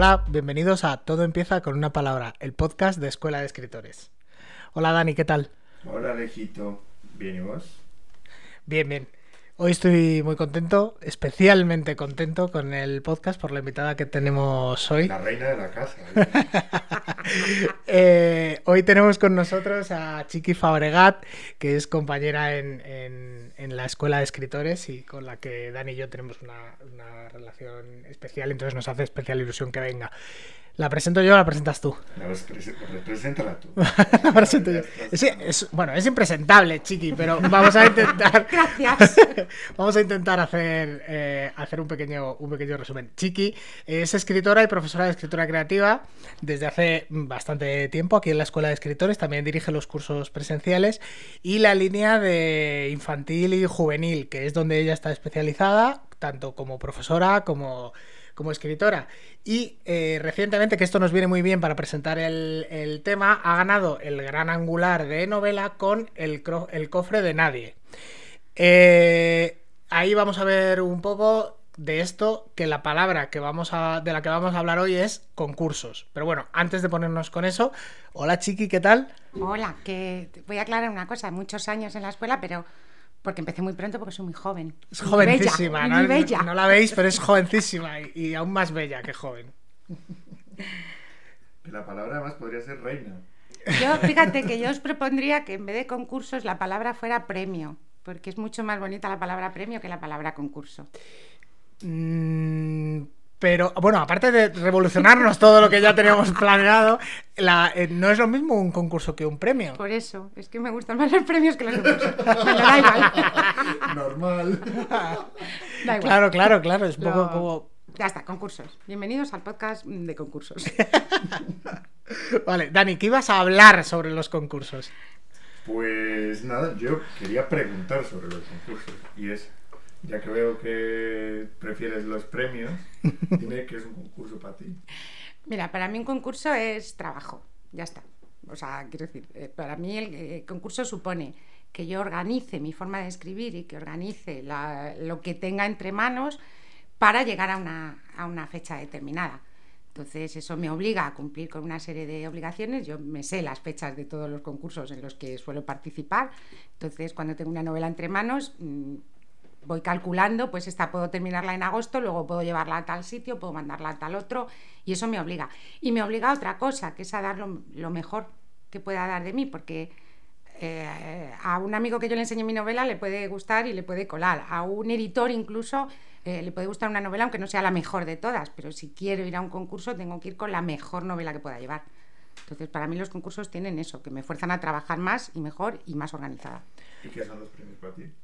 Hola, bienvenidos a Todo empieza con una palabra, el podcast de Escuela de Escritores. Hola Dani, ¿qué tal? Hola Alejito, ¿bien y vos? Bien, bien. Hoy estoy muy contento, especialmente contento con el podcast por la invitada que tenemos hoy. La reina de la casa. Hoy tenemos con nosotros a Chiqui Fabregat, que es compañera en la Escuela de Escritores y con la que Dani y yo tenemos una relación especial, entonces nos hace especial ilusión que venga. ¿La presento yo o la presentas tú? Preséntala tú. La presento yo. Es impresentable, Chiqui, pero vamos a intentar. Gracias. Vamos a intentar hacer un pequeño resumen. Chiqui es escritora y profesora de escritura creativa desde hace bastante tiempo aquí en la Escuela de Escritores. También dirige los cursos presenciales y la línea de infantil y juvenil, que es donde ella está especializada, tanto como profesora como escritora. Y recientemente, que esto nos viene muy bien para presentar el tema, ha ganado el Gran Angular de novela con el cofre de Nadie. Ahí vamos a ver un poco de esto, que la palabra de la que vamos a hablar hoy es concursos. Pero bueno, antes de ponernos con eso, hola Chiqui, ¿qué tal? Hola, que voy a aclarar una cosa, muchos años en la escuela, pero porque empecé muy pronto porque soy muy joven. Es jovencísima, muy bella. No la veis, pero es jovencísima y aún más bella que joven. La palabra además podría ser reina. Fíjate que yo os propondría que en vez de concursos la palabra fuera premio, porque es mucho más bonita la palabra premio que la palabra concurso. Pero, bueno, aparte de revolucionarnos todo lo que ya teníamos planeado, no es lo mismo un concurso que un premio. Por eso, es que me gustan más los premios que los concursos. Bueno, da igual. Normal. Da igual. Claro, es un poco como... Ya está, concursos. Bienvenidos al podcast de concursos. Vale, Dani, ¿qué ibas a hablar sobre los concursos? Pues nada, yo quería preguntar sobre los concursos. Y es, ya que veo que prefieres los premios, dime qué es un concurso para ti. Mira, para mí un concurso es trabajo, ya está. O sea, quiero decir, para mí el concurso supone que yo organice mi forma de escribir y que organice lo que tenga entre manos para llegar a una fecha determinada. Entonces eso me obliga a cumplir con una serie de obligaciones. Yo me sé las fechas de todos los concursos en los que suelo participar. Entonces cuando tengo una novela entre manos, voy calculando, pues esta puedo terminarla en agosto, luego puedo llevarla a tal sitio, puedo mandarla a tal otro, y eso me obliga. Y me obliga a otra cosa, que es a dar lo mejor que pueda dar de mí, porque a un amigo que yo le enseñe mi novela le puede gustar y le puede colar. A un editor incluso le puede gustar una novela aunque no sea la mejor de todas, pero si quiero ir a un concurso tengo que ir con la mejor novela que pueda llevar. Entonces para mí los concursos tienen eso, que me fuerzan a trabajar más y mejor y más organizada. ¿Y qué son los premios para ti?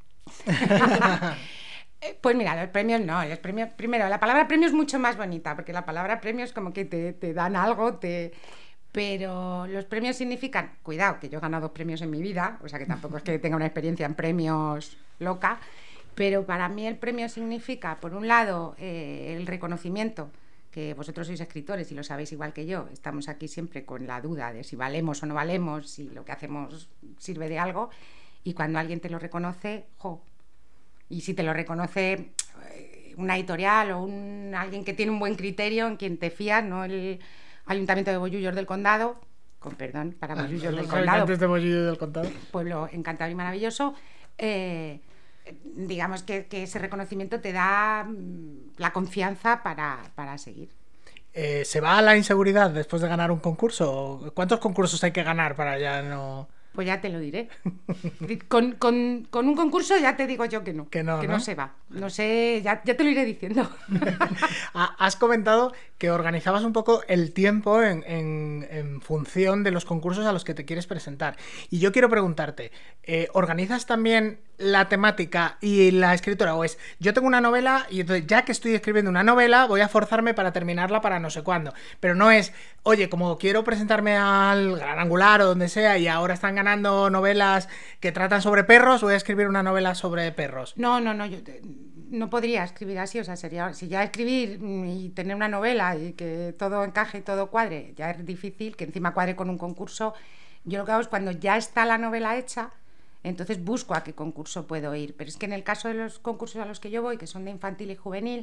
Pues mira, los premios no, primero, la palabra premio es mucho más bonita, porque la palabra premio es como que te dan algo, pero los premios significan, cuidado, que yo he ganado 2 premios en mi vida, o sea que tampoco es que tenga una experiencia en premios loca, pero para mí el premio significa, por un lado, el reconocimiento, que vosotros sois escritores y lo sabéis igual que yo, estamos aquí siempre con la duda de si valemos o no valemos, si lo que hacemos sirve de algo, y cuando alguien te lo reconoce, y si te lo reconoce una editorial o alguien que tiene un buen criterio, en quien te fías, no el Ayuntamiento de Bollullos del Condado, con perdón para Bollullos del Condado, Antes de Bollullos del Condado, pueblo encantador y maravilloso, digamos que ese reconocimiento te da la confianza para seguir. ¿Se va a la inseguridad después de ganar un concurso? ¿Cuántos concursos hay que ganar para ya no...? Pues ya te lo diré. Con un concurso ya te digo yo que no se va. No sé, ya te lo iré diciendo. Has comentado que organizabas un poco el tiempo en función de los concursos a los que te quieres presentar. Y yo quiero preguntarte, ¿organizas también la temática y la escritura? ¿O es, yo tengo una novela y entonces ya que estoy escribiendo una novela voy a forzarme para terminarla para no sé cuándo? Pero no es, oye, como quiero presentarme al Gran Angular o donde sea y ahora están ganando novelas que tratan sobre perros, voy a escribir una novela sobre perros. No, yo no podría escribir así, o sea, sería, si ya escribir y tener una novela y que todo encaje y todo cuadre, ya es difícil, que encima cuadre con un concurso. Yo lo que hago es cuando ya está la novela hecha, entonces busco a qué concurso puedo ir, pero es que en el caso de los concursos a los que yo voy, que son de infantil y juvenil,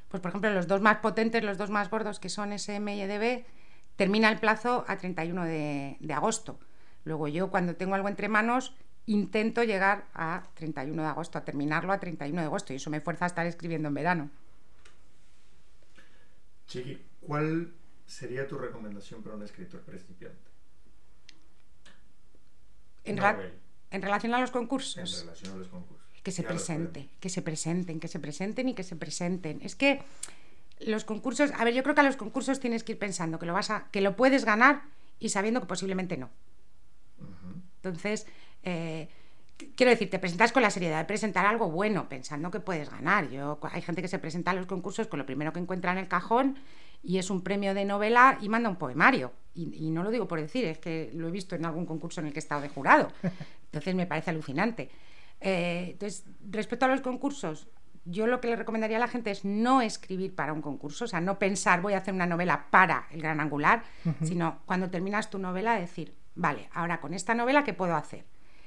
Pues por ejemplo, los dos más potentes, los dos más gordos, que son SM y EDB, termina el plazo a 31 de agosto. Luego yo, cuando tengo algo entre manos, intento llegar a 31 de agosto, a terminarlo a 31 de agosto, y eso me fuerza a estar escribiendo en verano. Chiqui, ¿cuál sería tu recomendación para un escritor principiante? En relación a los concursos. En relación a los concursos. Que se presenten. Es que los concursos, a ver, yo creo que a los concursos tienes que ir pensando que lo puedes ganar y sabiendo que posiblemente no. Uh-huh. Entonces, quiero decir, te presentas con la seriedad de presentar algo bueno, pensando que puedes ganar. Hay gente que se presenta a los concursos con lo primero que encuentra en el cajón y es un premio de novela y manda un poemario. Y no lo digo por decir, es que lo he visto en algún concurso en el que he estado de jurado. Entonces me parece alucinante. Entonces, respecto a los concursos, yo lo que le recomendaría a la gente es no escribir para un concurso, o sea, no pensar voy a hacer una novela para el Gran Angular, sino cuando terminas tu novela decir, vale, ahora con esta novela, ¿qué puedo hacer?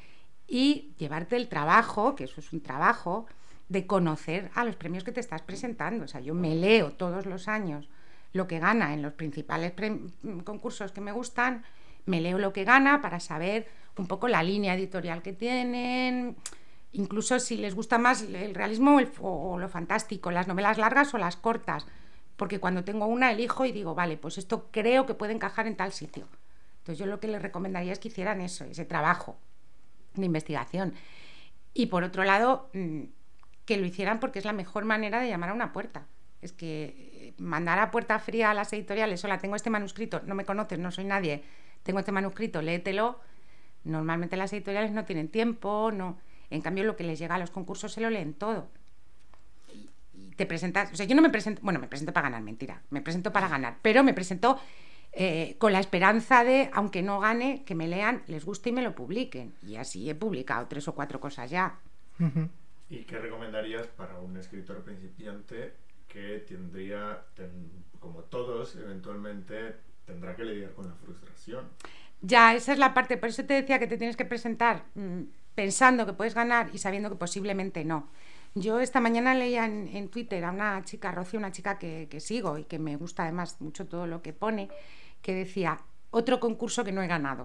Y llevarte el trabajo, que eso es un trabajo, de conocer a los premios que te estás presentando. O sea, yo me leo todos los años lo que gana en los principales concursos que me gustan, me leo lo que gana para saber un poco la línea editorial que tienen, incluso si les gusta más el realismo o lo fantástico, las novelas largas o las cortas, porque cuando tengo una elijo y digo, vale, pues esto creo que puede encajar en tal sitio. Entonces yo lo que les recomendaría es que hicieran eso, ese trabajo de investigación. Y por otro lado, que lo hicieran porque es la mejor manera de llamar a una puerta. Es que mandar a puerta fría a las editoriales, hola, tengo este manuscrito, no me conoces, no soy nadie, tengo este manuscrito, léetelo. Normalmente las editoriales no tienen tiempo, no. En cambio, lo que les llega a los concursos se lo leen todo. Y te presentas, o sea, yo no me presento, bueno, me presento para ganar, mentira, me presento para ganar, pero me presento con la esperanza de, aunque no gane, que me lean, les guste y me lo publiquen. Y así he publicado 3 o 4 cosas ya. ¿Y qué recomendarías para un escritor principiante que como todos, eventualmente tendrá que lidiar con la frustración? Ya, esa es la parte, por eso te decía que te tienes que presentar pensando que puedes ganar y sabiendo que posiblemente no. Yo esta mañana leía en Twitter a una chica, Rocío, una chica que sigo y que me gusta además mucho todo lo que pone, que decía, otro concurso que no he ganado.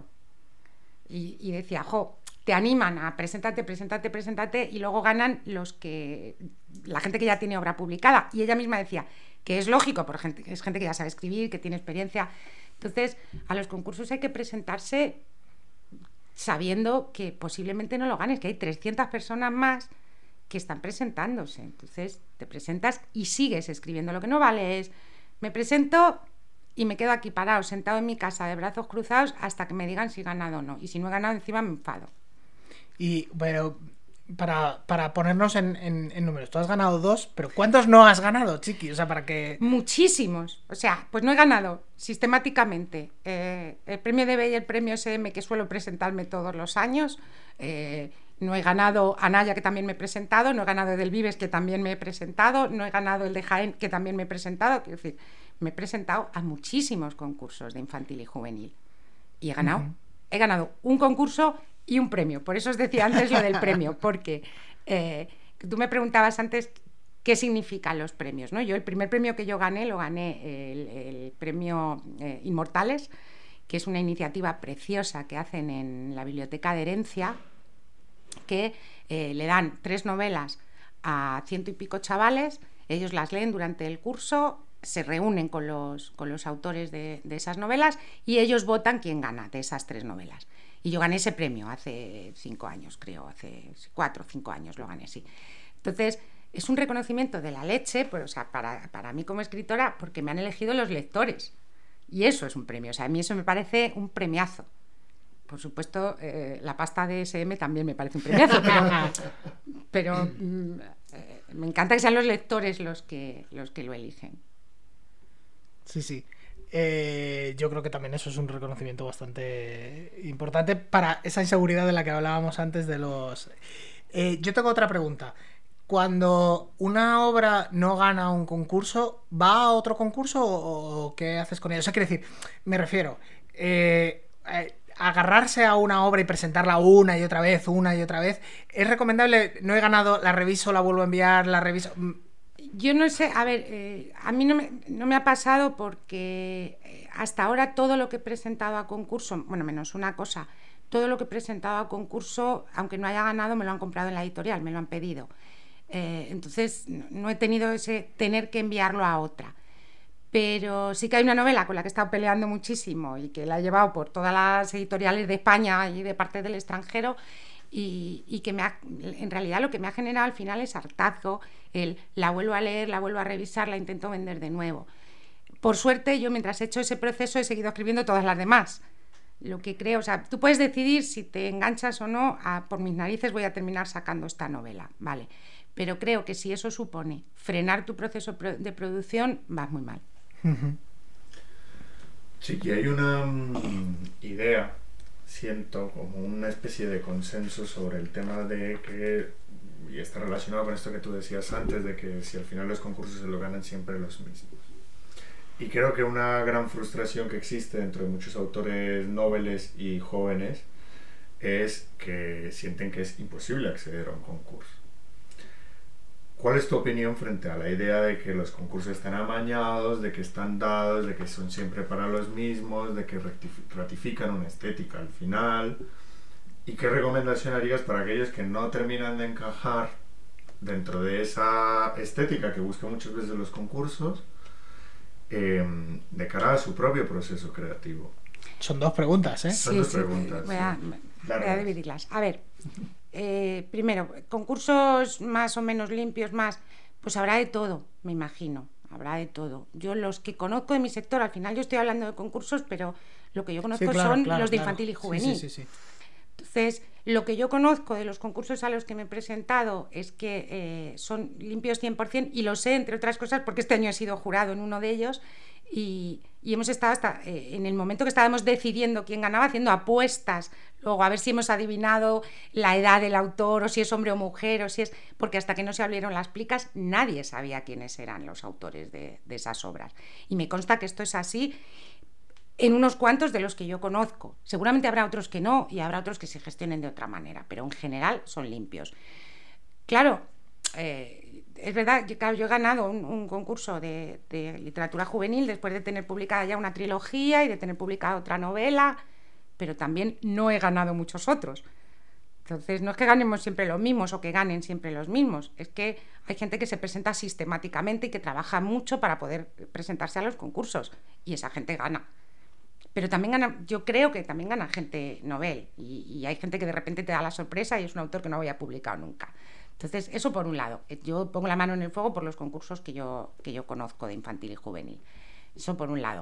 Y decía, te animan a preséntate, y luego ganan la gente que ya tiene obra publicada. Y ella misma decía que es lógico, porque es gente que ya sabe escribir, que tiene experiencia. Entonces, a los concursos hay que presentarse sabiendo que posiblemente no lo ganes, que hay 300 personas más que están presentándose. Entonces, te presentas y sigues escribiendo. Lo que no vale es, me presento y me quedo aquí parado, sentado en mi casa, de brazos cruzados, hasta que me digan si he ganado o no. Y si no he ganado, encima me enfado. Pero para ponernos en números, tú has ganado 2, pero ¿cuántos no has ganado, Chiqui? O sea, para que... Muchísimos. O sea, pues no he ganado sistemáticamente el premio DB y el premio SM, que suelo presentarme todos los años. No he ganado a Naya, que también me he presentado, no he ganado el del Vives, que también me he presentado, no he ganado el de Jaén, que también me he presentado. Quiero decir, me he presentado a muchísimos concursos de infantil y juvenil y he ganado un concurso y un premio. Por eso os decía antes lo del premio, porque tú me preguntabas antes qué significan los premios, ¿no? Yo el primer premio que yo gané, el premio Inmortales, que es una iniciativa preciosa que hacen en la Biblioteca de Herencia, que le dan 3 novelas a 100 y pico chavales, ellos las leen durante el curso, se reúnen con los autores de esas novelas y ellos votan quién gana de esas 3 novelas. Y yo gané ese premio hace 5 años, creo, hace 4 o 5 años lo gané, sí. Entonces, es un reconocimiento de la leche, pues, o sea, para mí como escritora, porque me han elegido los lectores. Y eso es un premio, o sea, a mí eso me parece un premiazo. Por supuesto, la pasta de SM también me parece un premiazo, pero me encanta que sean los lectores los que lo eligen. Sí. Yo creo que también eso es un reconocimiento bastante importante para esa inseguridad de la que hablábamos antes de los... Yo tengo otra pregunta. Cuando una obra no gana un concurso, ¿va a otro concurso o qué haces con ella? O sea, quiero decir, me refiero... agarrarse a una obra y presentarla una y otra vez, ¿es recomendable? No he ganado, la reviso, la vuelvo a enviar, la reviso... Yo no sé, a ver, a mí no me ha pasado porque hasta ahora todo lo que he presentado a concurso, bueno, menos una cosa, todo lo que he presentado a concurso, aunque no haya ganado, me lo han comprado en la editorial, me lo han pedido. Entonces no he tenido ese tener que enviarlo a otra. Pero sí que hay una novela con la que he estado peleando muchísimo y que la he llevado por todas las editoriales de España y de parte del extranjero y que en realidad lo que me ha generado al final es hartazgo, la vuelvo a leer, la vuelvo a revisar, la intento vender de nuevo. Por suerte, yo mientras he hecho ese proceso he seguido escribiendo todas las demás. Lo que creo, o sea, tú puedes decidir si te enganchas o no, por mis narices voy a terminar sacando esta novela, vale. Pero creo que si eso supone frenar tu proceso de producción, vas muy mal. Sí, que hay una idea, siento, como una especie de consenso sobre el tema de que, y está relacionado con esto que tú decías antes, de que si al final los concursos se lo ganan siempre los mismos. Y creo que una gran frustración que existe dentro de muchos autores noveles y jóvenes es que sienten que es imposible acceder a un concurso. ¿Cuál es tu opinión frente a la idea de que los concursos están amañados, de que están dados, de que son siempre para los mismos, de que ratifican una estética al final? ¿Y qué recomendación harías para aquellos que no terminan de encajar dentro de esa estética que buscan muchas veces los concursos de cara a su propio proceso creativo? Son dos preguntas, ¿eh? Son dos preguntas. Voy a dividirlas. A ver, primero, concursos más o menos limpios, pues habrá de todo, me imagino, habrá de todo. Yo los que conozco de mi sector, al final yo estoy hablando de concursos, pero lo que yo conozco son los de infantil y juvenil. Sí. Entonces, lo que yo conozco de los concursos a los que me he presentado es que son limpios 100% y lo sé, entre otras cosas, porque este año he sido jurado en uno de ellos y hemos estado hasta en el momento que estábamos decidiendo quién ganaba, haciendo apuestas, luego a ver si hemos adivinado la edad del autor o si es hombre o mujer, o si es... porque hasta que no se abrieron las plicas nadie sabía quiénes eran los autores de esas obras. Y me consta que esto es así en unos cuantos de los que yo conozco. Seguramente habrá otros que no y habrá otros que se gestionen de otra manera, pero en general son limpios. Claro, es verdad, yo he ganado un concurso de literatura juvenil después de tener publicada ya una trilogía y de tener publicada otra novela, pero también no he ganado muchos otros. Entonces, no es que ganemos siempre los mismos o que ganen siempre los mismos, es que hay gente que se presenta sistemáticamente y que trabaja mucho para poder presentarse a los concursos y esa gente gana. Pero también gana, yo creo que también gana gente novel y hay gente que de repente te da la sorpresa y es un autor que no había publicado nunca. Entonces, eso por un lado. Yo pongo la mano en el fuego por los concursos que yo conozco de infantil y juvenil. Eso por un lado.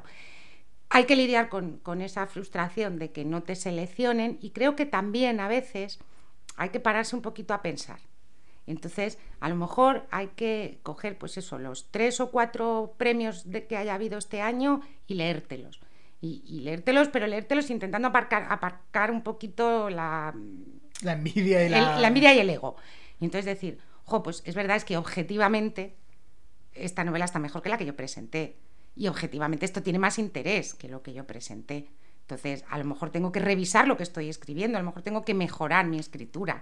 Hay que lidiar con esa frustración de que no te seleccionen y creo que también a veces hay que pararse un poquito a pensar. Entonces, a lo mejor hay que coger, pues eso, los 3 o 4 premios de que haya habido este año y leértelos. Y leértelos, pero leértelos intentando aparcar un poquito la envidia y la envidia y el ego. Y entonces decir, pues es verdad, es que objetivamente esta novela está mejor que la que yo presenté. Y objetivamente esto tiene más interés que lo que yo presenté. Entonces, a lo mejor tengo que revisar lo que estoy escribiendo, a lo mejor tengo que mejorar mi escritura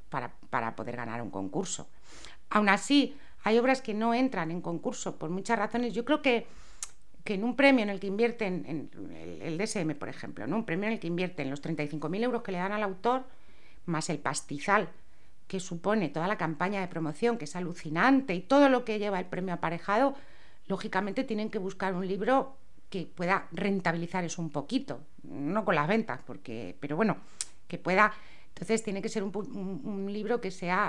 para poder ganar un concurso. Aún así, hay obras que no entran en concurso por muchas razones. Yo creo que en un premio en el que invierten, en el DSM, por ejemplo, ¿no? Un premio en el que invierten los 35.000 euros que le dan al autor, más el pastizal que supone toda la campaña de promoción, que es alucinante, y todo lo que lleva el premio aparejado, lógicamente tienen que buscar un libro que pueda rentabilizar eso un poquito, no con las ventas, pero bueno, que pueda. Entonces tiene que ser un libro que sea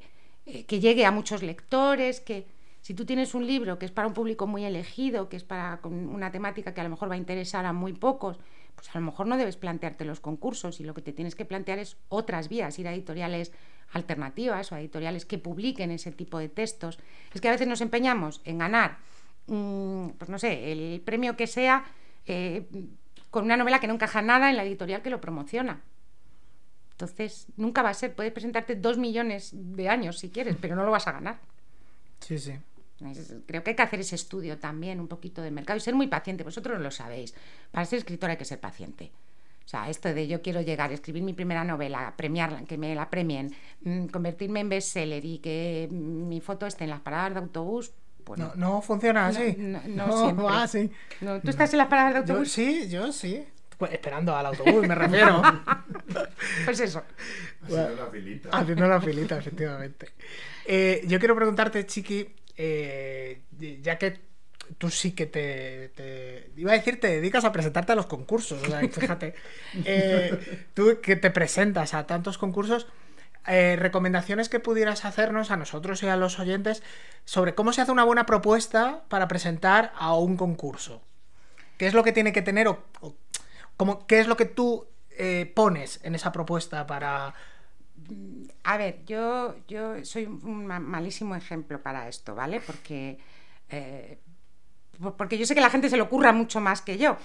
que llegue a muchos lectores, que si tú tienes un libro que es para un público muy elegido, que es con una temática que a lo mejor va a interesar a muy pocos, pues a lo mejor no debes plantearte los concursos y lo que te tienes que plantear es otras vías, ir a editoriales alternativas o a editoriales que publiquen ese tipo de textos. Es que a veces nos empeñamos en ganar, pues no sé, el premio que sea con una novela que no encaja nada en la editorial que lo promociona. Entonces, nunca va a ser, puedes presentarte 2 millones de años si quieres, pero no lo vas a ganar. Sí. Creo que hay que hacer ese estudio también, un poquito de mercado y ser muy paciente. Vosotros lo sabéis. Para ser escritor hay que ser paciente. O sea, esto de yo quiero llegar, escribir mi primera novela, premiarla, que me la premien, convertirme en bestseller y que mi foto esté en las paradas de autobús, Pues no funciona así. No siempre. Va así. No, ¿tú estás en las paradas de autobús? Yo sí. Pues esperando al autobús, me refiero. Pues eso. Haciendo la filita. Haciendo la filita, efectivamente. Yo quiero preguntarte, Chiqui, ya que tú sí que te iba a decir, te dedicas a presentarte a los concursos, o sea, fíjate, tú que te presentas a tantos concursos, recomendaciones que pudieras hacernos a nosotros y a los oyentes sobre cómo se hace una buena propuesta para presentar a un concurso. ¿Qué es lo que tiene que tener qué es lo que tú pones en esa propuesta para...? A ver, yo soy un malísimo ejemplo para esto, ¿vale? Porque yo sé que la gente se le ocurra mucho más que yo.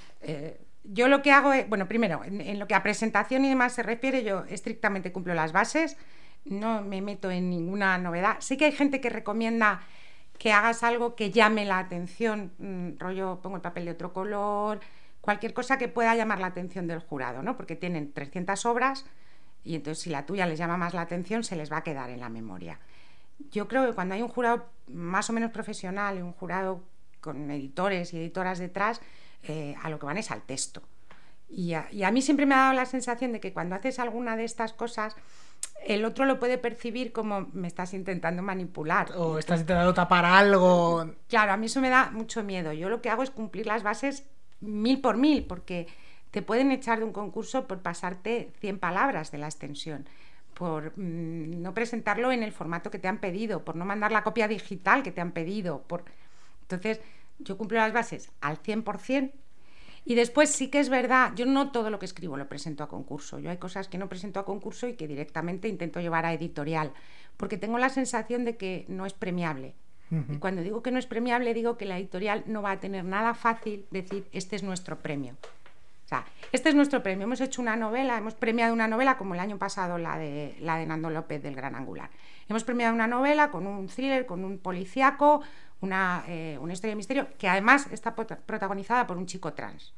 Yo lo que hago es, bueno, primero, en lo que a presentación y demás se refiere, yo estrictamente cumplo las bases, no me meto en ninguna novedad. Sí que hay gente que recomienda que hagas algo que llame la atención, rollo, pongo el papel de otro color, cualquier cosa que pueda llamar la atención del jurado, ¿no? Porque tienen 300 obras y entonces si la tuya les llama más la atención, se les va a quedar en la memoria. Yo creo que cuando hay un jurado más o menos profesional y un jurado con editores y editoras detrás, a lo que van es al texto. Y a mí siempre me ha dado la sensación de que cuando haces alguna de estas cosas, el otro lo puede percibir como me estás intentando manipular. O estás intentando tapar algo. Claro, a mí eso me da mucho miedo. Yo lo que hago es cumplir las bases 1000 por 1000, porque te pueden echar de un concurso por pasarte 100 palabras de la extensión, por no presentarlo en el formato que te han pedido, por no mandar la copia digital que te han pedido. Entonces, yo cumplo las bases al 100%. Y después sí que es verdad, yo no todo lo que escribo lo presento a concurso. Yo hay cosas que no presento a concurso y que directamente intento llevar a editorial, porque tengo la sensación de que no es premiable. Y cuando digo que no es premiable, digo que la editorial no va a tener nada fácil decir, este es nuestro premio. O sea, este es nuestro premio. Hemos hecho una novela, hemos premiado una novela como el año pasado la de Nando López del Gran Angular. Hemos premiado una novela con un thriller, con un policíaco, una historia de misterio, que además está protagonizada por un chico trans.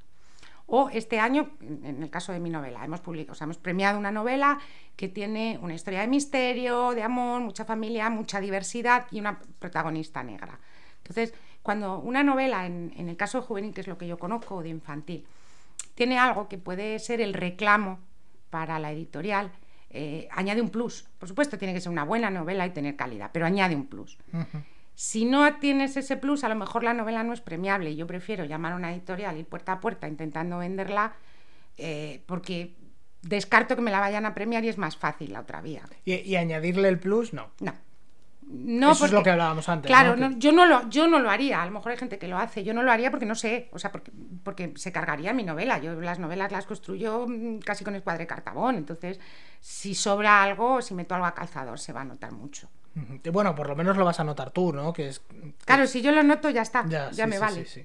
O este año, en el caso de mi novela, hemos premiado una novela que tiene una historia de misterio, de amor, mucha familia, mucha diversidad y una protagonista negra. Entonces, cuando una novela, en el caso de juvenil, que es lo que yo conozco, o de infantil, tiene algo que puede ser el reclamo para la editorial, añade un plus. Por supuesto, tiene que ser una buena novela y tener calidad, pero añade un plus. Si no tienes ese plus, a lo mejor la novela no es premiable. Y yo prefiero llamar a una editorial, ir puerta a puerta intentando venderla, porque descarto que me la vayan a premiar y es más fácil la otra vía. ¿Y añadirle el plus? No. No, eso es lo que hablábamos antes. Claro, ¿no? yo no lo haría. A lo mejor hay gente que lo hace. Yo no lo haría porque no sé, o sea, porque se cargaría mi novela. Yo las novelas las construyo casi con escuadre cartabón. Entonces, si sobra algo, si meto algo a calzador, se va a notar mucho. Bueno, por lo menos lo vas a notar tú, ¿no? Claro, si yo lo noto, ya está. Ya sí, me vale. Sí.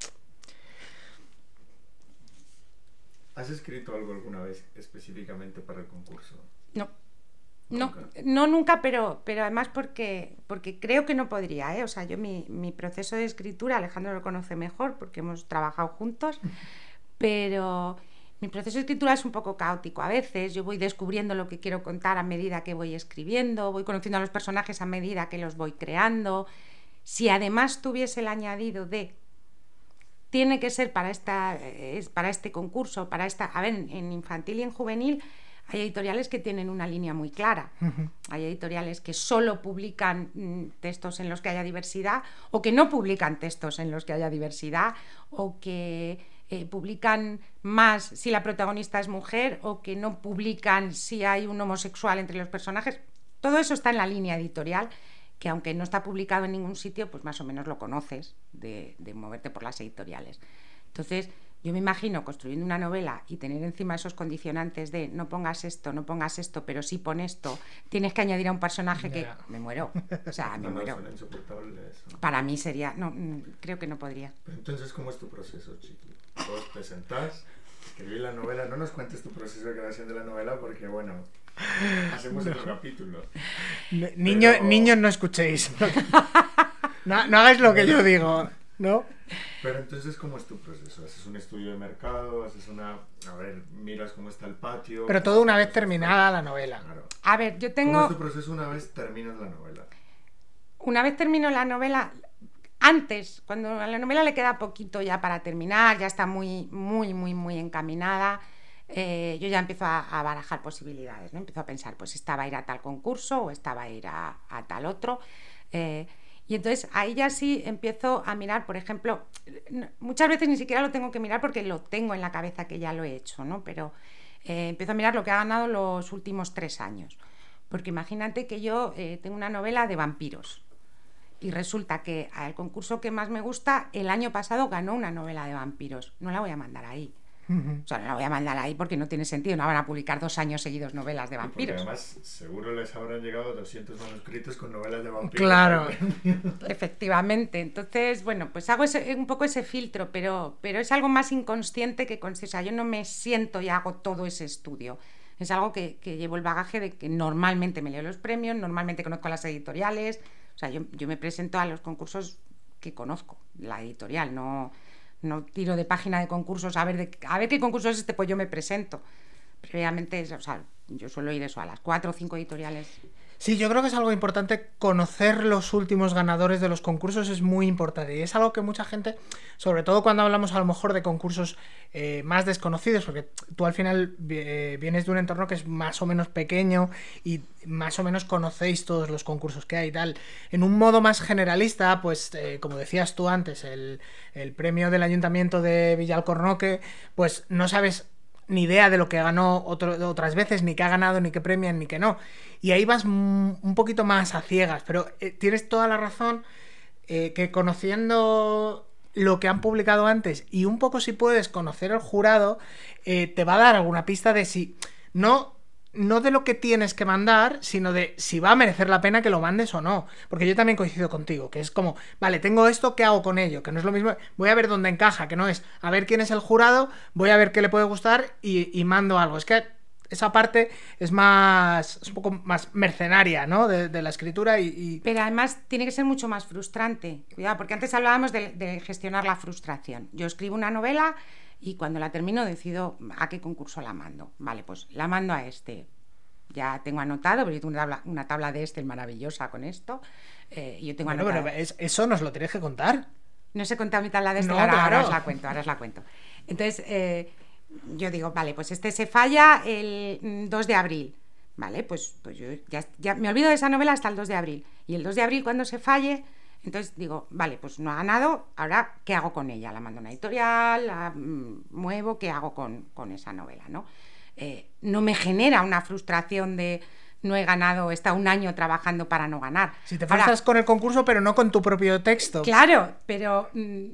¿Has escrito algo alguna vez específicamente para el concurso? No. Nunca, pero además porque creo que no podría, ¿eh? O sea, yo mi proceso de escritura, Alejandro lo conoce mejor porque hemos trabajado juntos, pero mi proceso de escritura es un poco caótico. A veces yo voy descubriendo lo que quiero contar a medida que voy escribiendo, voy conociendo a los personajes a medida que los voy creando. Si además tuviese el añadido de tiene que ser para este concurso, a ver, en infantil y en juvenil hay editoriales que tienen una línea muy clara. Hay editoriales que solo publican textos en los que haya diversidad, o que no publican textos en los que haya diversidad, o que publican más si la protagonista es mujer, o que no publican si hay un homosexual entre los personajes. Todo eso está en la línea editorial, que aunque no está publicado en ningún sitio, pues más o menos lo conoces de moverte por las editoriales. Entonces, yo me imagino construyendo una novela y tener encima esos condicionantes de no pongas esto, pero sí pon esto, tienes que añadir a un personaje que me muero. O sea, me muero. Suena insoportable eso. Para mí sería, creo que no podría. Pero entonces, ¿cómo es tu proceso, Chiqui? Vos te sentás, escribís la novela, no nos cuentes tu proceso de creación de la novela porque, bueno, hacemos otro capítulo. Niños, no escuchéis. No hagáis lo que yo digo, ¿no? Pero entonces, ¿cómo es tu proceso? ¿Haces un estudio de mercado? Miras cómo está el patio? Pero todo una vez terminada la novela. Claro. A ver, yo tengo... ¿Cómo es tu proceso una vez terminas la novela? Una vez termino la novela, antes, cuando a la novela le queda poquito ya para terminar, ya está muy, muy, muy, muy encaminada, yo ya empiezo a barajar posibilidades, ¿no? Empiezo a pensar, pues esta va a ir a tal concurso o esta va a ir a tal otro. Y entonces ahí ya sí empiezo a mirar, por ejemplo, muchas veces ni siquiera lo tengo que mirar porque lo tengo en la cabeza que ya lo he hecho, ¿no? Pero empiezo a mirar lo que ha ganado los últimos 3 años. Porque imagínate que yo tengo una novela de vampiros y resulta que al concurso que más me gusta, el año pasado ganó una novela de vampiros. No la voy a mandar ahí. O sea, no la voy a mandar ahí porque no tiene sentido, no van a publicar 2 años seguidos novelas de vampiros. Porque además seguro les habrán llegado 200 manuscritos con novelas de vampiros. Claro. Efectivamente. Entonces, bueno, pues hago un poco ese filtro, pero es algo más inconsciente que consciente. O sea, yo no me siento y hago todo ese estudio. Es algo que llevo el bagaje de que normalmente me leo los premios, normalmente conozco las editoriales. O sea, yo me presento a los concursos que conozco, la editorial, no tiro de página de concursos a ver qué concurso es este, pues yo me presento. Previamente, o sea, yo suelo ir eso a las 4 o 5 editoriales. Sí, yo creo que es algo importante. Conocer los últimos ganadores de los concursos es muy importante y es algo que mucha gente, sobre todo cuando hablamos a lo mejor de concursos más desconocidos, porque tú al final vienes de un entorno que es más o menos pequeño y más o menos conocéis todos los concursos que hay y tal. En un modo más generalista, pues como decías tú antes, el premio del Ayuntamiento de Villalcornoque, pues no sabes ni idea de lo que ganó otras veces, ni que ha ganado, ni que premian, ni que no. Y ahí vas un poquito más a ciegas, pero tienes toda la razón, que conociendo lo que han publicado antes y un poco si puedes conocer el jurado, te va a dar alguna pista de si no de lo que tienes que mandar, sino de si va a merecer la pena que lo mandes o no. Porque yo también coincido contigo, que es como, vale, tengo esto, ¿qué hago con ello? Que no es lo mismo, voy a ver dónde encaja, que no es a ver quién es el jurado, voy a ver qué le puede gustar y mando algo. Es que esa parte es un poco más mercenaria, ¿no? De la escritura Pero además tiene que ser mucho más frustrante. Cuidado, porque antes hablábamos de gestionar la frustración. Yo escribo una novela y cuando la termino decido a qué concurso la mando. Vale, pues la mando a este. Ya tengo anotado, pero yo tengo una tabla de Excel maravillosa con esto. Yo tengo anotado. Pero eso nos lo tienes que contar. No os he contado mi tabla de Excel, No, ahora os la cuento. Entonces, yo digo, vale, pues este se falla el 2 de abril. Vale, pues yo ya me olvido de esa novela hasta el 2 de abril. Y el 2 de abril, cuando se falle, entonces digo, vale, pues no ha ganado, ahora, ¿qué hago con ella? La mando a una editorial, la muevo, ¿qué hago con esa novela, no? No me genera una frustración de no he ganado, he estado un año trabajando para no ganar. Si te frustras con el concurso, pero no con tu propio texto. Claro, pero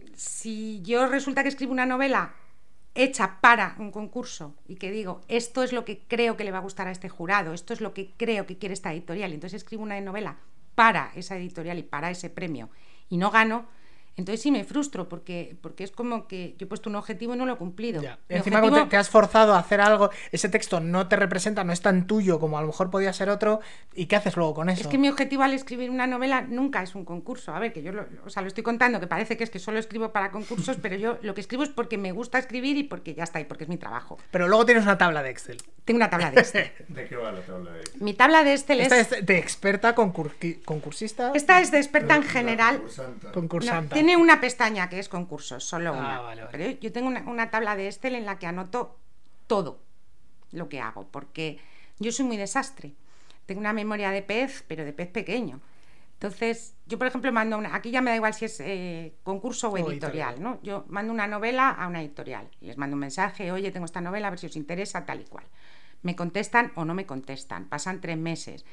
si yo resulta que escribo una novela hecha para un concurso y que digo, esto es lo que creo que le va a gustar a este jurado, esto es lo que creo que quiere esta editorial, y entonces escribo una novela para esa editorial y para ese premio y no gano, entonces sí me frustro porque es como que yo he puesto un objetivo y no lo he cumplido. Encima objetivo... te has forzado a hacer algo, ese texto no te representa, no es tan tuyo como a lo mejor podía ser otro, ¿y qué haces luego con eso? Es que mi objetivo al escribir una novela nunca es un concurso. A ver, que yo lo estoy contando, que parece que es que solo escribo para concursos, pero yo lo que escribo es porque me gusta escribir y porque ya está, y porque es mi trabajo. Pero luego tienes una tabla de Excel. Tengo una tabla de Excel. ¿De qué va la tabla de Excel? Mi tabla de Excel ¿Esta es de experta concursista? Esta es de experta en general. Concursanta. No, tiene una pestaña que es concursos, solo una. Vale. Pero yo tengo una tabla de Excel en la que anoto todo lo que hago, porque yo soy muy desastre. Tengo una memoria de pez, pero de pez pequeño. Entonces, yo por ejemplo mando aquí ya me da igual si es concurso o editorial, ¿no? Yo mando una novela a una editorial, les mando un mensaje, oye, tengo esta novela, a ver si os interesa, tal y cual. Me contestan o no me contestan, pasan 3 meses.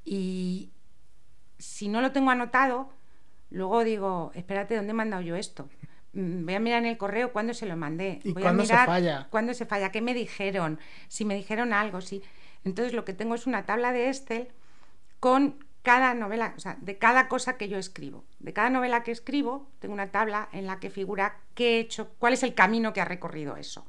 Y si no lo tengo anotado, luego digo, espérate, ¿dónde he mandado yo esto? Voy a mirar en el correo cuándo se lo mandé. ¿Y voy cuándo a mirar se falla? ¿Cuándo se falla? ¿Qué me dijeron? Si me dijeron algo, sí. Entonces lo que tengo es una tabla de Excel con cada novela, o sea, de cada cosa que yo escribo. De cada novela que escribo, tengo una tabla en la que figura qué he hecho, cuál es el camino que ha recorrido eso.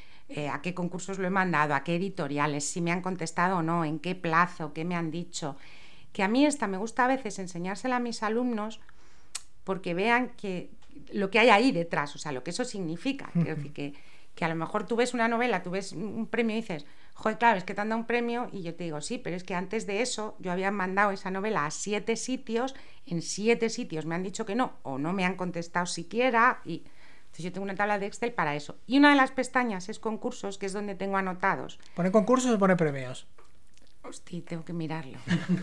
A qué concursos lo he mandado, a qué editoriales, si me han contestado o no, en qué plazo, qué me han dicho. Que a mí me gusta a veces enseñársela a mis alumnos porque vean que lo que hay ahí detrás, o sea, lo que eso significa. Quiero decir que a lo mejor tú ves una novela, tú ves un premio y dices, joder, claro, es que te han dado un premio, y yo te digo, sí, pero es que antes de eso yo había mandado esa novela a 7 sitios, en 7 sitios me han dicho que no, o no me han contestado siquiera, y entonces yo tengo una tabla de Excel para eso. Y una de las pestañas es concursos, que es donde tengo anotados. ¿Pone concursos o pone premios? Hostia, tengo que mirarlo.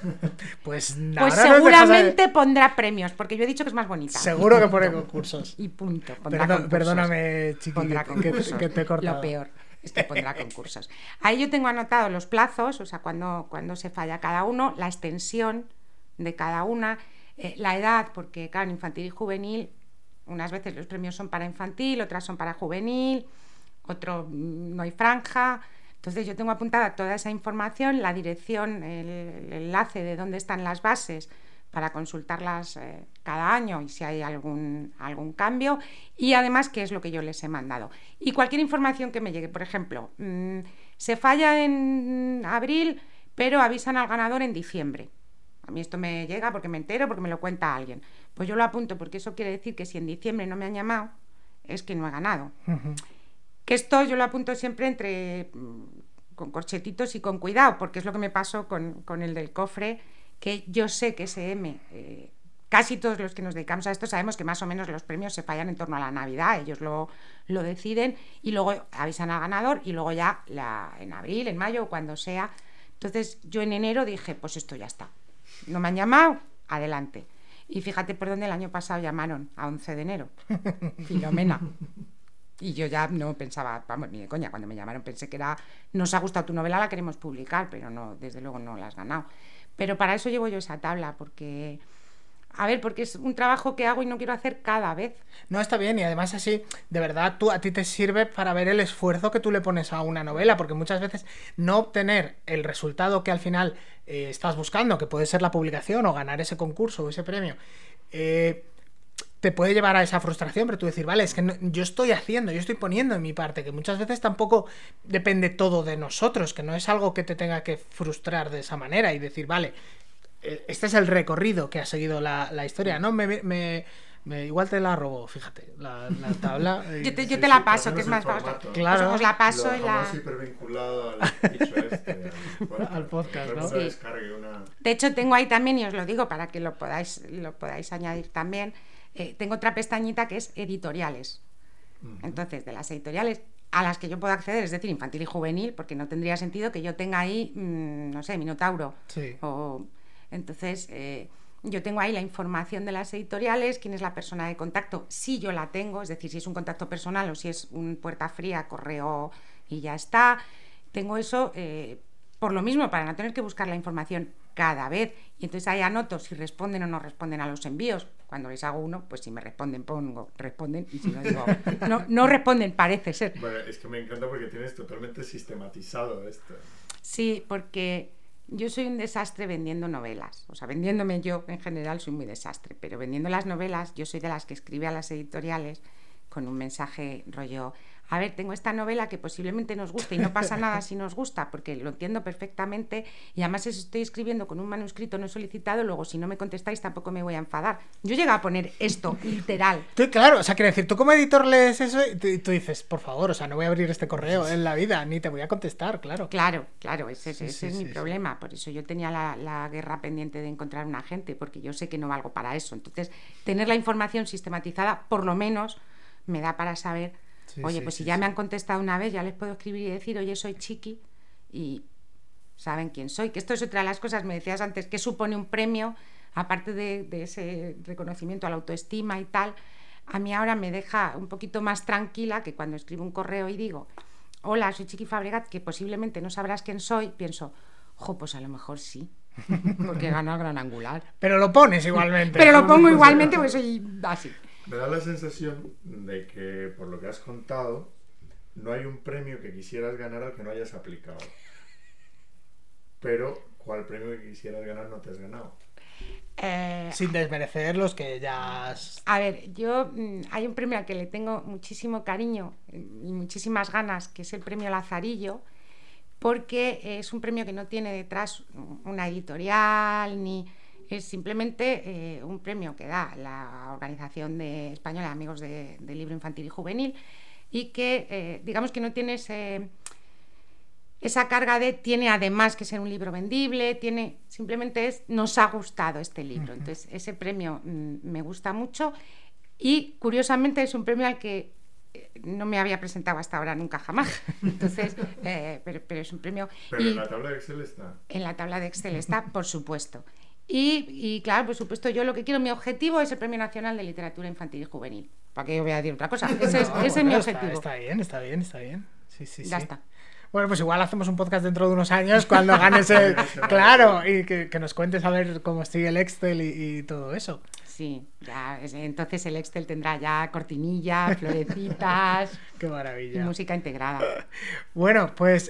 Pues seguramente pondrá premios, porque yo he dicho que es más bonita. Seguro que pone concursos. Y punto. Perdóname, Chiqui, pondrá concursos. Que te he cortado. Lo peor es que pondrá concursos. Ahí yo tengo anotado los plazos, o sea, cuando se falla cada uno, la extensión de cada una, la edad, porque claro, en infantil y juvenil, unas veces los premios son para infantil, otras son para juvenil, otro no hay franja. Entonces yo tengo apuntada toda esa información, la dirección, el enlace de dónde están las bases para consultarlas cada año y si hay algún cambio, y además qué es lo que yo les he mandado. Y cualquier información que me llegue, por ejemplo, se falla en abril, pero avisan al ganador en diciembre. A mí esto me llega porque me entero, porque me lo cuenta alguien. Pues yo lo apunto, porque eso quiere decir que si en diciembre no me han llamado, es que no he ganado. Uh-huh. Que esto yo lo apunto siempre con corchetitos y con cuidado, porque es lo que me pasó con el del cofre, que yo sé que casi todos los que nos dedicamos a esto sabemos que más o menos los premios se fallan en torno a la Navidad, ellos lo deciden y luego avisan al ganador y luego ya en abril, en mayo, cuando sea. Entonces yo en enero dije, pues esto ya está, no me han llamado, adelante. Y fíjate por dónde el año pasado llamaron, a 11 de enero, Filomena. Y yo ya no pensaba, vamos, ni de coña, cuando me llamaron pensé que era, nos ha gustado tu novela, la queremos publicar, pero no, desde luego no la has ganado. Pero para eso llevo yo esa tabla, porque es un trabajo que hago y no quiero hacer cada vez. No, está bien, y además así, de verdad, a ti te sirve para ver el esfuerzo que tú le pones a una novela, porque muchas veces no obtener el resultado que al final estás buscando, que puede ser la publicación o ganar ese concurso o ese premio, te puede llevar a esa frustración, pero tú decir, vale, es que yo estoy poniendo en mi parte, que muchas veces tampoco depende todo de nosotros, que no es algo que te tenga que frustrar de esa manera y decir, vale, este es el recorrido que ha seguido la historia, ¿no? Igual te la robo, fíjate, la tabla. Yo te la paso, que es más fácil. Claro. Os la paso y la... hipervinculado al bicho al podcast, ¿no? Sí. De hecho, tengo ahí también, y os lo digo para que lo podáis añadir también, tengo otra pestañita que es editoriales. Entonces, de las editoriales a las que yo puedo acceder, es decir, infantil y juvenil, porque no tendría sentido que yo tenga ahí, no sé, Minotauro. Sí. Entonces, yo tengo ahí la información de las editoriales, quién es la persona de contacto, si yo la tengo, es decir, si es un contacto personal o si es un puerta fría, correo y ya está. Tengo eso por lo mismo, para no tener que buscar la información cada vez. Y entonces ahí anoto si responden o no responden a los envíos. Cuando les hago uno, pues si me responden, pongo responden, y si no digo, no responden, parece ser. Bueno, es que me encanta porque tienes totalmente sistematizado esto. Sí, porque yo soy un desastre vendiendo novelas. O sea, vendiéndome yo en general soy muy desastre, pero vendiendo las novelas yo soy de las que escribe a las editoriales con un mensaje rollo, a ver, tengo esta novela que posiblemente nos guste y no pasa nada si nos gusta, porque lo entiendo perfectamente y además estoy escribiendo con un manuscrito no solicitado, luego si no me contestáis tampoco me voy a enfadar. Yo llego a poner esto, literal. Claro, o sea, quiero decir, tú como editor lees eso y tú dices, por favor, o sea, no voy a abrir este correo en la vida, ni te voy a contestar, claro. Claro, ese es mi problema, por eso yo tenía la guerra pendiente de encontrar un agente, porque yo sé que no valgo para eso. Entonces, tener la información sistematizada, por lo menos, me da para saber... si ya me han contestado una vez, ya les puedo escribir y decir, oye, soy Chiqui, y saben quién soy. Que esto es otra de las cosas, me decías antes, ¿qué supone un premio? Aparte de ese reconocimiento a la autoestima y tal, a mí ahora me deja un poquito más tranquila que cuando escribo un correo y digo, hola, soy Chiqui Fabregat, que posiblemente no sabrás quién soy, pienso, pues a lo mejor sí, porque he ganado el Gran Angular. Pero lo pones igualmente. Pero lo pongo igualmente porque soy así. Me da la sensación de que, por lo que has contado, no hay un premio que quisieras ganar al que no hayas aplicado. Pero, ¿cuál premio que quisieras ganar no te has ganado? Sin desmerecer los que ya has... A ver, yo hay un premio al que le tengo muchísimo cariño y muchísimas ganas, que es el premio Lazarillo, porque es un premio que no tiene detrás una editorial ni... Es simplemente un premio que da la Organización Española de Amigos del Libro Infantil y Juvenil y que, digamos que no tiene esa carga tiene además que ser un libro vendible, simplemente nos ha gustado este libro. Entonces, ese premio me gusta mucho y, curiosamente, es un premio al que no me había presentado hasta ahora nunca jamás. Entonces, pero es un premio... Pero en la tabla de Excel está. En la tabla de Excel está, por supuesto. Y claro, por supuesto, yo lo que quiero, mi objetivo es el Premio Nacional de Literatura Infantil y Juvenil. ¿Para qué yo voy a decir otra cosa? Ese es mi objetivo. Está bien. Sí. Ya está. Bueno, pues igual hacemos un podcast dentro de unos años cuando ganes el... Claro, y que nos cuentes a ver cómo sigue el Excel y todo eso. Sí, ya, entonces el Excel tendrá ya cortinillas, florecitas... ¡Qué maravilla! Y música integrada. Bueno, pues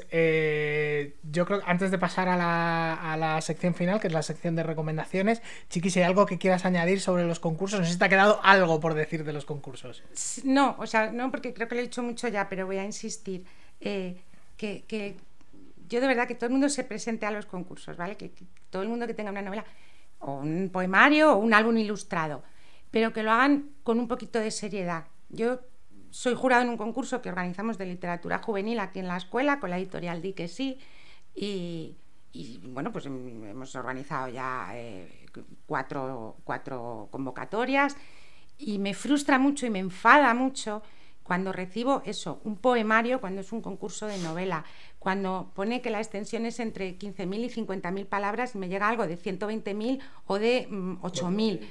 yo creo que antes de pasar a la sección final, que es la sección de recomendaciones, Chiqui, si hay algo que quieras añadir sobre los concursos, no sé si te ha quedado algo por decir de los concursos. No, no, porque creo que lo he dicho mucho ya, pero voy a insistir. Que yo de verdad que todo el mundo se presente a los concursos, ¿vale? Que todo el mundo que tenga una novela o un poemario o un álbum ilustrado, pero que lo hagan con un poquito de seriedad. Yo soy jurado en un concurso que organizamos de literatura juvenil aquí en la escuela con la editorial Di que sí, y bueno, pues hemos organizado ya 4 convocatorias y me frustra mucho y me enfada mucho cuando recibo eso, un poemario, cuando es un concurso de novela, cuando pone que la extensión es entre 15.000 y 50.000 palabras y me llega algo de 120.000 o de 8.000.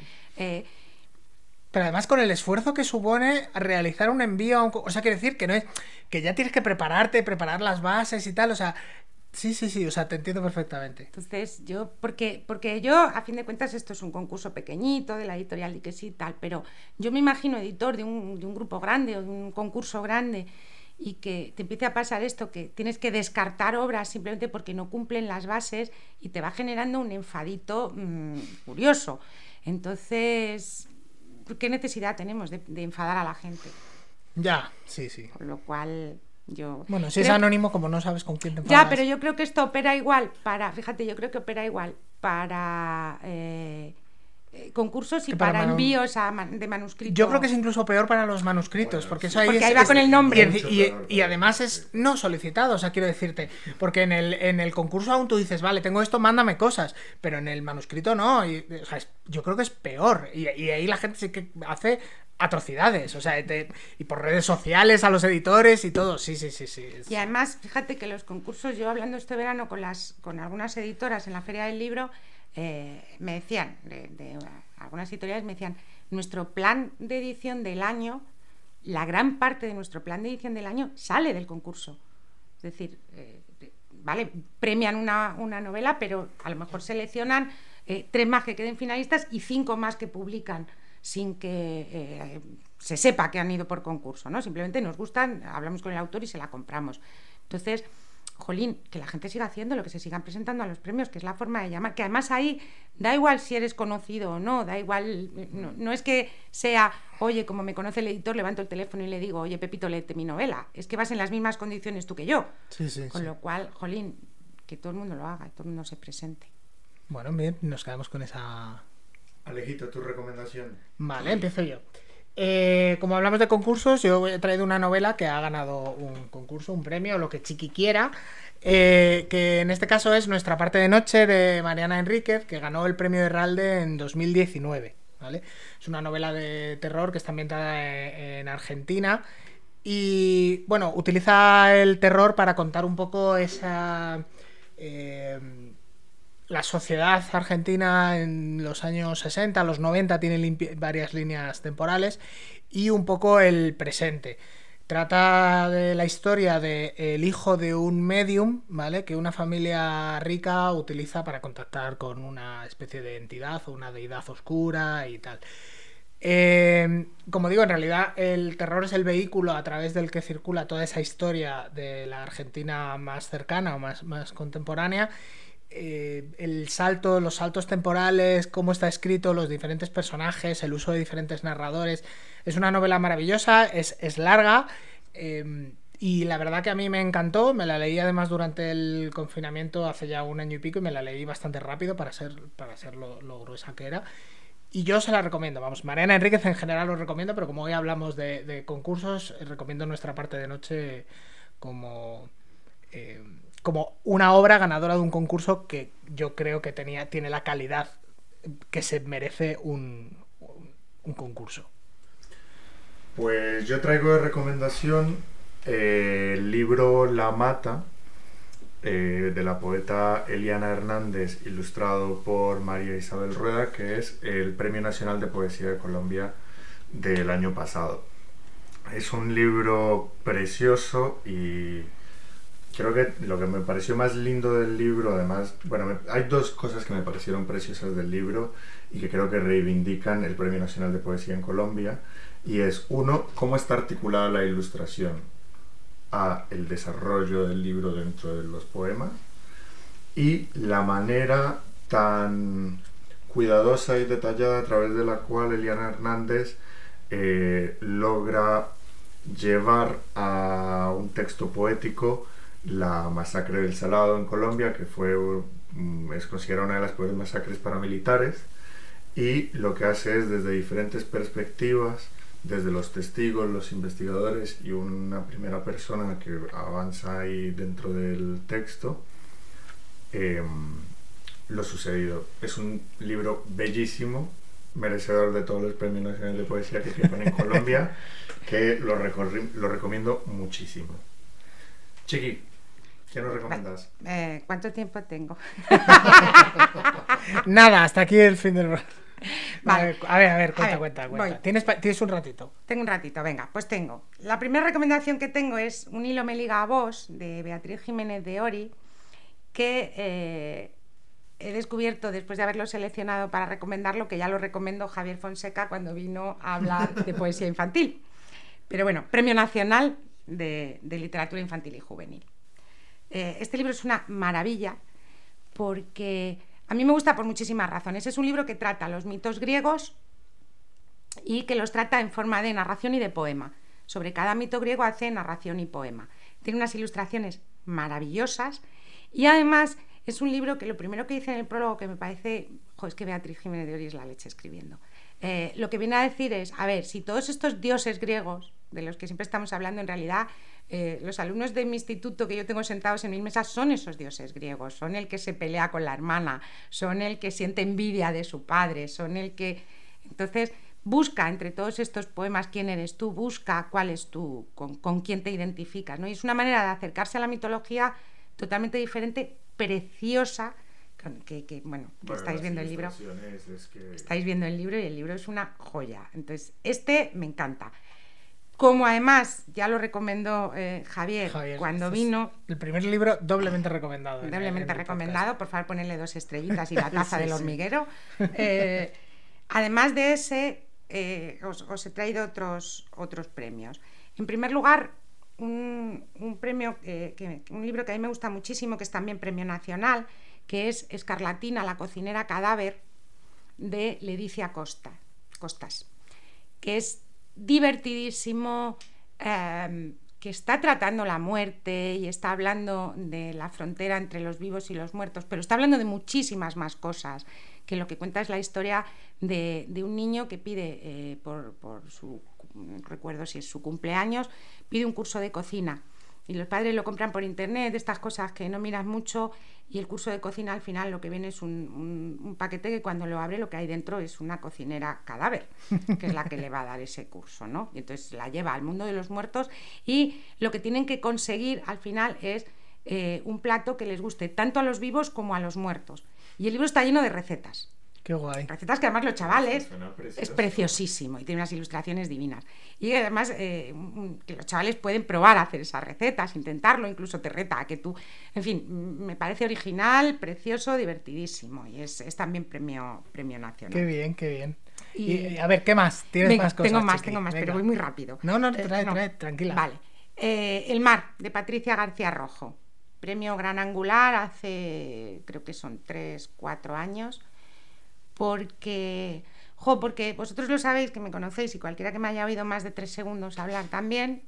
Pero además con el esfuerzo que supone realizar un envío a un... O sea, quiere decir que no es que ya tienes que preparar las bases y tal, o sea... Sí, o sea, te entiendo perfectamente. Entonces, porque yo, a fin de cuentas, esto es un concurso pequeñito de la editorial y que sí, tal, pero yo me imagino editor de un grupo grande o de un concurso grande y que te empiece a pasar esto, que tienes que descartar obras simplemente porque no cumplen las bases y te va generando un enfadito curioso. Entonces, ¿qué necesidad tenemos de enfadar a la gente? Ya, sí. Con lo cual... Bueno, si es anónimo, como no sabes con quién te enfadas. Ya, pero yo creo que esto opera igual para concursos y para envíos de manuscritos. Yo creo que es incluso peor para los manuscritos, porque eso porque ahí va con el nombre. Y además es no solicitado, o sea, quiero decirte, porque en el concurso aún tú dices, vale, tengo esto, mándame cosas, pero en el manuscrito no, o sea, yo creo que es peor, y ahí la gente sí que hace atrocidades, o sea, y por redes sociales a los editores y todo, sí. Y además, fíjate que los concursos, yo hablando este verano con algunas editoras en la Feria del Libro, me decían, de algunas editoriales me decían, nuestro plan de edición del año, la gran parte de nuestro plan de edición del año sale del concurso. Es decir, vale, premian una novela, pero a lo mejor seleccionan 3 más que queden finalistas y 5 más que publican sin que se sepa que han ido por concurso, ¿no? Simplemente nos gustan, hablamos con el autor y se la compramos. Entonces, jolín, que la gente siga haciendo que se sigan presentando a los premios, que es la forma de llamar, que además ahí da igual si eres conocido o no, da igual, no es que sea, oye, como me conoce el editor, levanto el teléfono y le digo, oye, Pepito, léete mi novela, es que vas en las mismas condiciones tú que yo. Con lo cual, jolín, que todo el mundo lo haga, que todo el mundo se presente. Bueno, bien, nos quedamos con esa... Alejito, tu recomendación. Vale, empiezo yo. Como hablamos de concursos, yo he traído una novela que ha ganado un concurso, un premio, lo que Chiqui quiera, que en este caso es Nuestra parte de noche, de Mariana Enríquez, que ganó el premio Herralde en 2019, ¿vale? Es una novela de terror que está ambientada en Argentina y, bueno, utiliza el terror para contar un poco esa... la sociedad argentina en los años 60, los 90 tiene varias líneas temporales y un poco el presente. Trata de la historia del hijo de un medium, ¿vale? Que una familia rica utiliza para contactar con una especie de entidad o una deidad oscura y tal. Como digo, en realidad el terror es el vehículo a través del que circula toda esa historia de la Argentina más cercana o más contemporánea. Los saltos temporales, cómo está escrito, los diferentes personajes, el uso de diferentes narradores. Es una novela maravillosa, es larga y la verdad que a mí me encantó. Me la leí además durante el confinamiento hace ya 1 año y pico y me la leí bastante rápido para ser lo gruesa que era. Y yo se la recomiendo, vamos, Mariana Enríquez en general lo recomiendo, pero como hoy hablamos de concursos, recomiendo Nuestra parte de noche como como una obra ganadora de un concurso que yo creo que tiene la calidad que se merece un concurso. Pues yo traigo de recomendación el libro La Mata, de la poeta Eliana Hernández, ilustrado por María Isabel Rueda, que es el Premio Nacional de Poesía de Colombia del año pasado. Es un libro precioso y creo que lo que me pareció más lindo del libro, además, bueno, hay dos cosas que me parecieron preciosas del libro y que creo que reivindican el Premio Nacional de Poesía en Colombia, y es, uno, cómo está articulada la ilustración a el desarrollo del libro dentro de los poemas, y la manera tan cuidadosa y detallada a través de la cual Eliana Hernández logra llevar a un texto poético la masacre del Salado en Colombia, que es considerada una de las peores masacres paramilitares, y lo que hace es, desde diferentes perspectivas, desde los testigos, los investigadores y una primera persona que avanza ahí dentro del texto, lo sucedido. Es un libro bellísimo, merecedor de todos los premios nacionales de poesía que tienen en Colombia, que lo recomiendo muchísimo. Chiqui, ¿qué nos recomiendas? ¿Cuánto tiempo tengo? Nada, hasta aquí el fin del... Vale. A ver, cuenta. Voy. ¿Tienes un ratito? Tengo un ratito, venga, pues tengo. La primera recomendación que tengo es Un hilo me liga a vos, de Beatriz Jiménez de Ory, que he descubierto después de haberlo seleccionado para recomendarlo, que ya lo recomendó Javier Fonseca cuando vino a hablar de poesía infantil. Pero bueno, Premio Nacional de Literatura Infantil y Juvenil. Este libro es una maravilla porque a mí me gusta por muchísimas razones. Es un libro que trata los mitos griegos y que los trata en forma de narración y de poema. Sobre cada mito griego hace narración y poema. Tiene unas ilustraciones maravillosas y además es un libro que lo primero que dice en el prólogo, que me parece, es que Beatriz Jiménez de Ory es la leche escribiendo. Lo que viene a decir es, a ver, si todos estos dioses griegos de los que siempre estamos hablando, en realidad los alumnos de mi instituto que yo tengo sentados en mis mesas son esos dioses griegos, son el que se pelea con la hermana, son el que siente envidia de su padre, son el que... Entonces busca entre todos estos poemas quién eres tú, busca cuál es tú, con quién te identificas, ¿no? Y es una manera de acercarse a la mitología totalmente diferente, preciosa, que estáis viendo el libro. Estáis viendo el libro y el libro es una joya. Entonces, este me encanta. Como además ya lo recomendó Javier cuando vino. El primer libro doblemente recomendado. Doblemente recomendado, por favor, ponerle 2 estrellitas y la taza del hormiguero. Además de ese, os he traído otros premios. En primer lugar, un premio, un libro que a mí me gusta muchísimo, que es también premio nacional, que es Escarlatina, la cocinera cadáver, de Leticia Costas, que es divertidísimo, que está tratando la muerte y está hablando de la frontera entre los vivos y los muertos, pero está hablando de muchísimas más cosas, que lo que cuenta es la historia de un niño que pide, por su, no recuerdo si es su cumpleaños, pide un curso de cocina. Y los padres lo compran por internet, estas cosas que no miras mucho, y el curso de cocina al final lo que viene es un paquete que cuando lo abre lo que hay dentro es una cocinera cadáver, que es la que le va a dar ese curso, ¿no? Y entonces la lleva al mundo de los muertos y lo que tienen que conseguir al final es un plato que les guste tanto a los vivos como a los muertos. Y el libro está lleno de recetas. Qué guay. Recetas que además los chavales es preciosísimo y tiene unas ilustraciones divinas. Y además que los chavales pueden probar a hacer esas recetas, intentarlo, incluso te reta a que tú... En fin, me parece original, precioso, divertidísimo y es también premio nacional. Qué bien, qué bien. Y a ver, ¿qué más? ¿Tienes más cosas? Tengo más, pero voy muy rápido. No, trae, tranquila. Vale. El mar, de Patricia García Rojo. Premio Gran Angular hace, creo que son 3-4 años. Porque vosotros lo sabéis, que me conocéis, y cualquiera que me haya oído más de 3 segundos hablar también,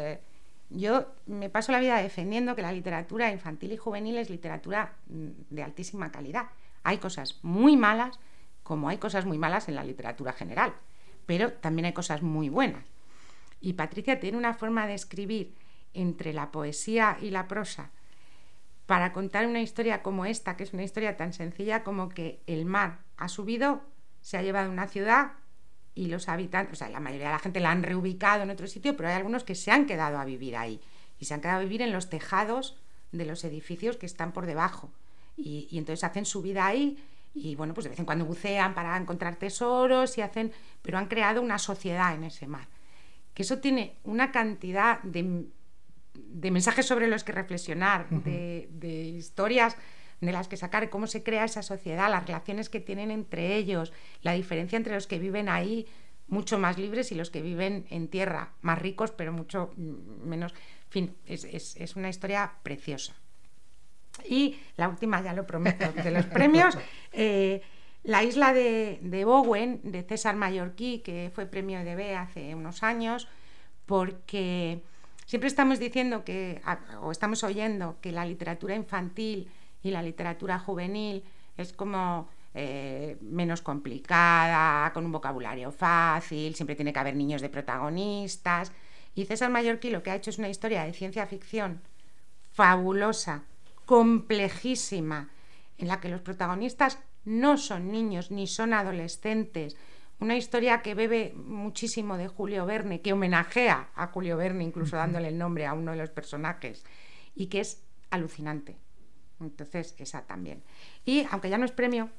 yo me paso la vida defendiendo que la literatura infantil y juvenil es literatura de altísima calidad. Hay cosas muy malas, como hay cosas muy malas en la literatura general, pero también hay cosas muy buenas. Y Patricia tiene una forma de escribir entre la poesía y la prosa para contar una historia como esta, que es una historia tan sencilla como que el mar ha subido, se ha llevado una ciudad y los habitantes, o sea, la mayoría de la gente la han reubicado en otro sitio, pero hay algunos que se han quedado a vivir ahí y se han quedado a vivir en los tejados de los edificios que están por debajo y entonces hacen su vida ahí y bueno, pues de vez en cuando bucean para encontrar tesoros pero han creado una sociedad en ese mar, que eso tiene una cantidad de mensajes sobre los que reflexionar, de historias de las que sacar, cómo se crea esa sociedad, las relaciones que tienen entre ellos, la diferencia entre los que viven ahí mucho más libres y los que viven en tierra, más ricos pero mucho menos. En fin, es una historia preciosa. Y la última, ya lo prometo, de los premios, La isla de Bowen, de César Mallorquí, que fue premio EDB hace unos años, porque siempre estamos diciendo o estamos oyendo que la literatura infantil y la literatura juvenil es como menos complicada, con un vocabulario fácil, siempre tiene que haber niños de protagonistas. Y César Mallorquí lo que ha hecho es una historia de ciencia ficción fabulosa, complejísima, en la que los protagonistas no son niños ni son adolescentes. Una historia que bebe muchísimo de Julio Verne, que homenajea a Julio Verne, incluso dándole el nombre a uno de los personajes, y que es alucinante. Entonces, esa también. Y, aunque ya no es premio,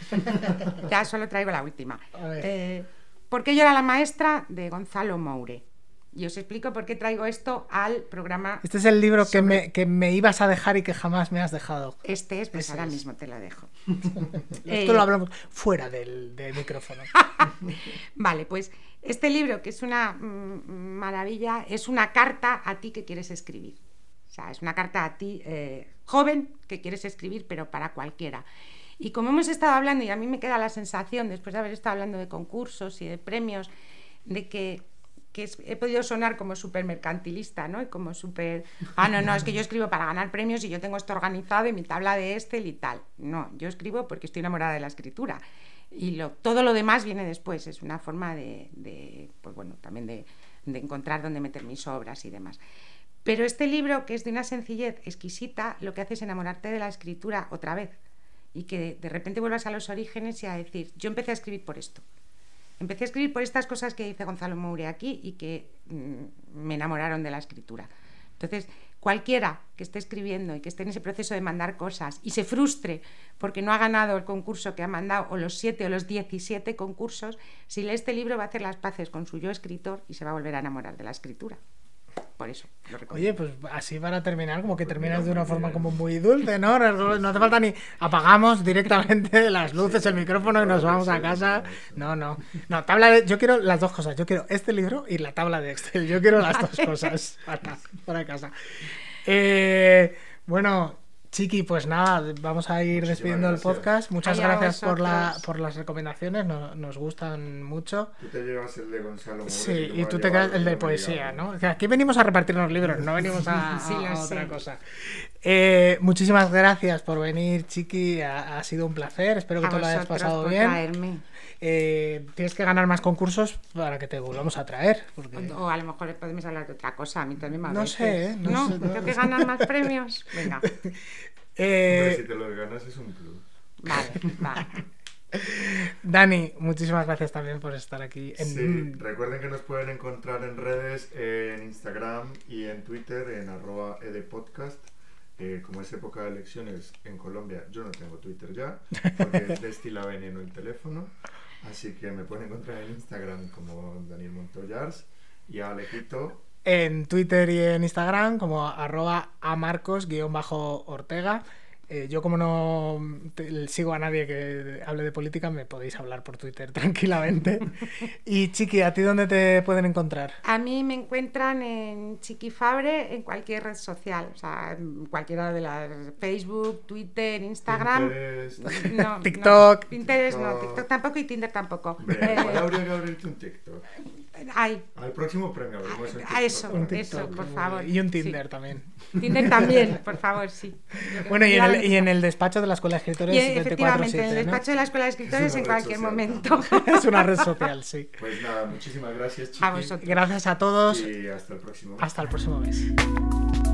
ya solo traigo la última. ¿Por qué llora la maestra? De Gonzalo Moure. Y os explico por qué traigo esto al programa. Este es el libro que me ibas a dejar y que jamás me has dejado. Este es, pues ahora mismo te lo dejo. Esto lo hablamos fuera del micrófono. Vale, pues este libro, que es una maravilla, es una carta a ti que quieres escribir. O sea, es una carta a ti, joven, que quieres escribir, pero para cualquiera. Y como hemos estado hablando, y a mí me queda la sensación, después de haber estado hablando de concursos y de premios, de que he podido sonar como súper mercantilista, ¿no? Y como súper, no, es que yo escribo para ganar premios y yo tengo esto organizado y mi tabla de Excel y tal. No, yo escribo porque estoy enamorada de la escritura. Y todo lo demás viene después. Es una forma pues bueno, también de encontrar dónde meter mis obras y demás. Pero este libro, que es de una sencillez exquisita, lo que hace es enamorarte de la escritura otra vez. Y que de repente vuelvas a los orígenes y a decir, yo empecé a escribir por esto. Empecé a escribir por estas cosas que dice Gonzalo Moure aquí y que me enamoraron de la escritura. Entonces, cualquiera que esté escribiendo y que esté en ese proceso de mandar cosas y se frustre porque no ha ganado el concurso que ha mandado, o los 7 o los 17 concursos, si lee este libro va a hacer las paces con su yo escritor y se va a volver a enamorar de la escritura. Por eso lo recomiendo. Oye, pues así para terminar, como que terminas de una forma como muy dulce, ¿no? No hace falta ni apagamos directamente las luces, el micrófono y nos vamos a casa. No, yo quiero las dos cosas. Yo quiero este libro y la tabla de Excel. Yo quiero las dos cosas para casa. Bueno, Chiqui, pues nada, vamos a ir despidiendo el podcast. Muchas gracias por las recomendaciones, nos gustan mucho. Tú te llevas el de Gonzalo Moure. Sí, y tú te quedas el de poesía, ¿no? O sea, aquí venimos a repartirnos libros, no venimos a otra cosa. Muchísimas gracias por venir, Chiqui, ha sido un placer, espero que te lo hayas pasado bien. Traerme. Tienes que ganar más concursos para que te volvamos a traer. Porque... O a lo mejor podemos hablar de otra cosa, a mí también me No sé, ¿No? ¿Tengo que ganar más premios? Venga. Hombre, si te los ganas es un plus. Vale. Dani, muchísimas gracias también por estar aquí. Sí, recuerden que nos pueden encontrar en redes, en Instagram y en Twitter, en @edpodcast. Como es época de elecciones en Colombia, yo no tengo Twitter ya, porque destila veneno el teléfono. Así que me pueden encontrar en Instagram como Daniel Montoyars y a Alejito en Twitter y en Instagram como @amarcos_ortega. Yo como no sigo a nadie que hable de política, me podéis hablar por Twitter tranquilamente. Y Chiqui, ¿a ti dónde te pueden encontrar? A mí me encuentran en Chiqui Fabre en cualquier red social, o sea, en cualquiera de las Facebook, Twitter, Instagram, TikTok. Pinterest no, TikTok tampoco y Tinder tampoco. Habría que abrirte un TikTok. Al próximo premio abrimos un TikTok. Eso, por favor. Y un Tinder también. Tinder también, por favor, sí. Bueno, y en el despacho de la Escuela de Escritores. Y efectivamente, en el despacho de la Escuela de Escritores en cualquier momento. Es una red social, sí. Pues nada, muchísimas gracias, Chiqui. A vosotros. Gracias a todos. Y hasta el próximo mes. Hasta el próximo mes.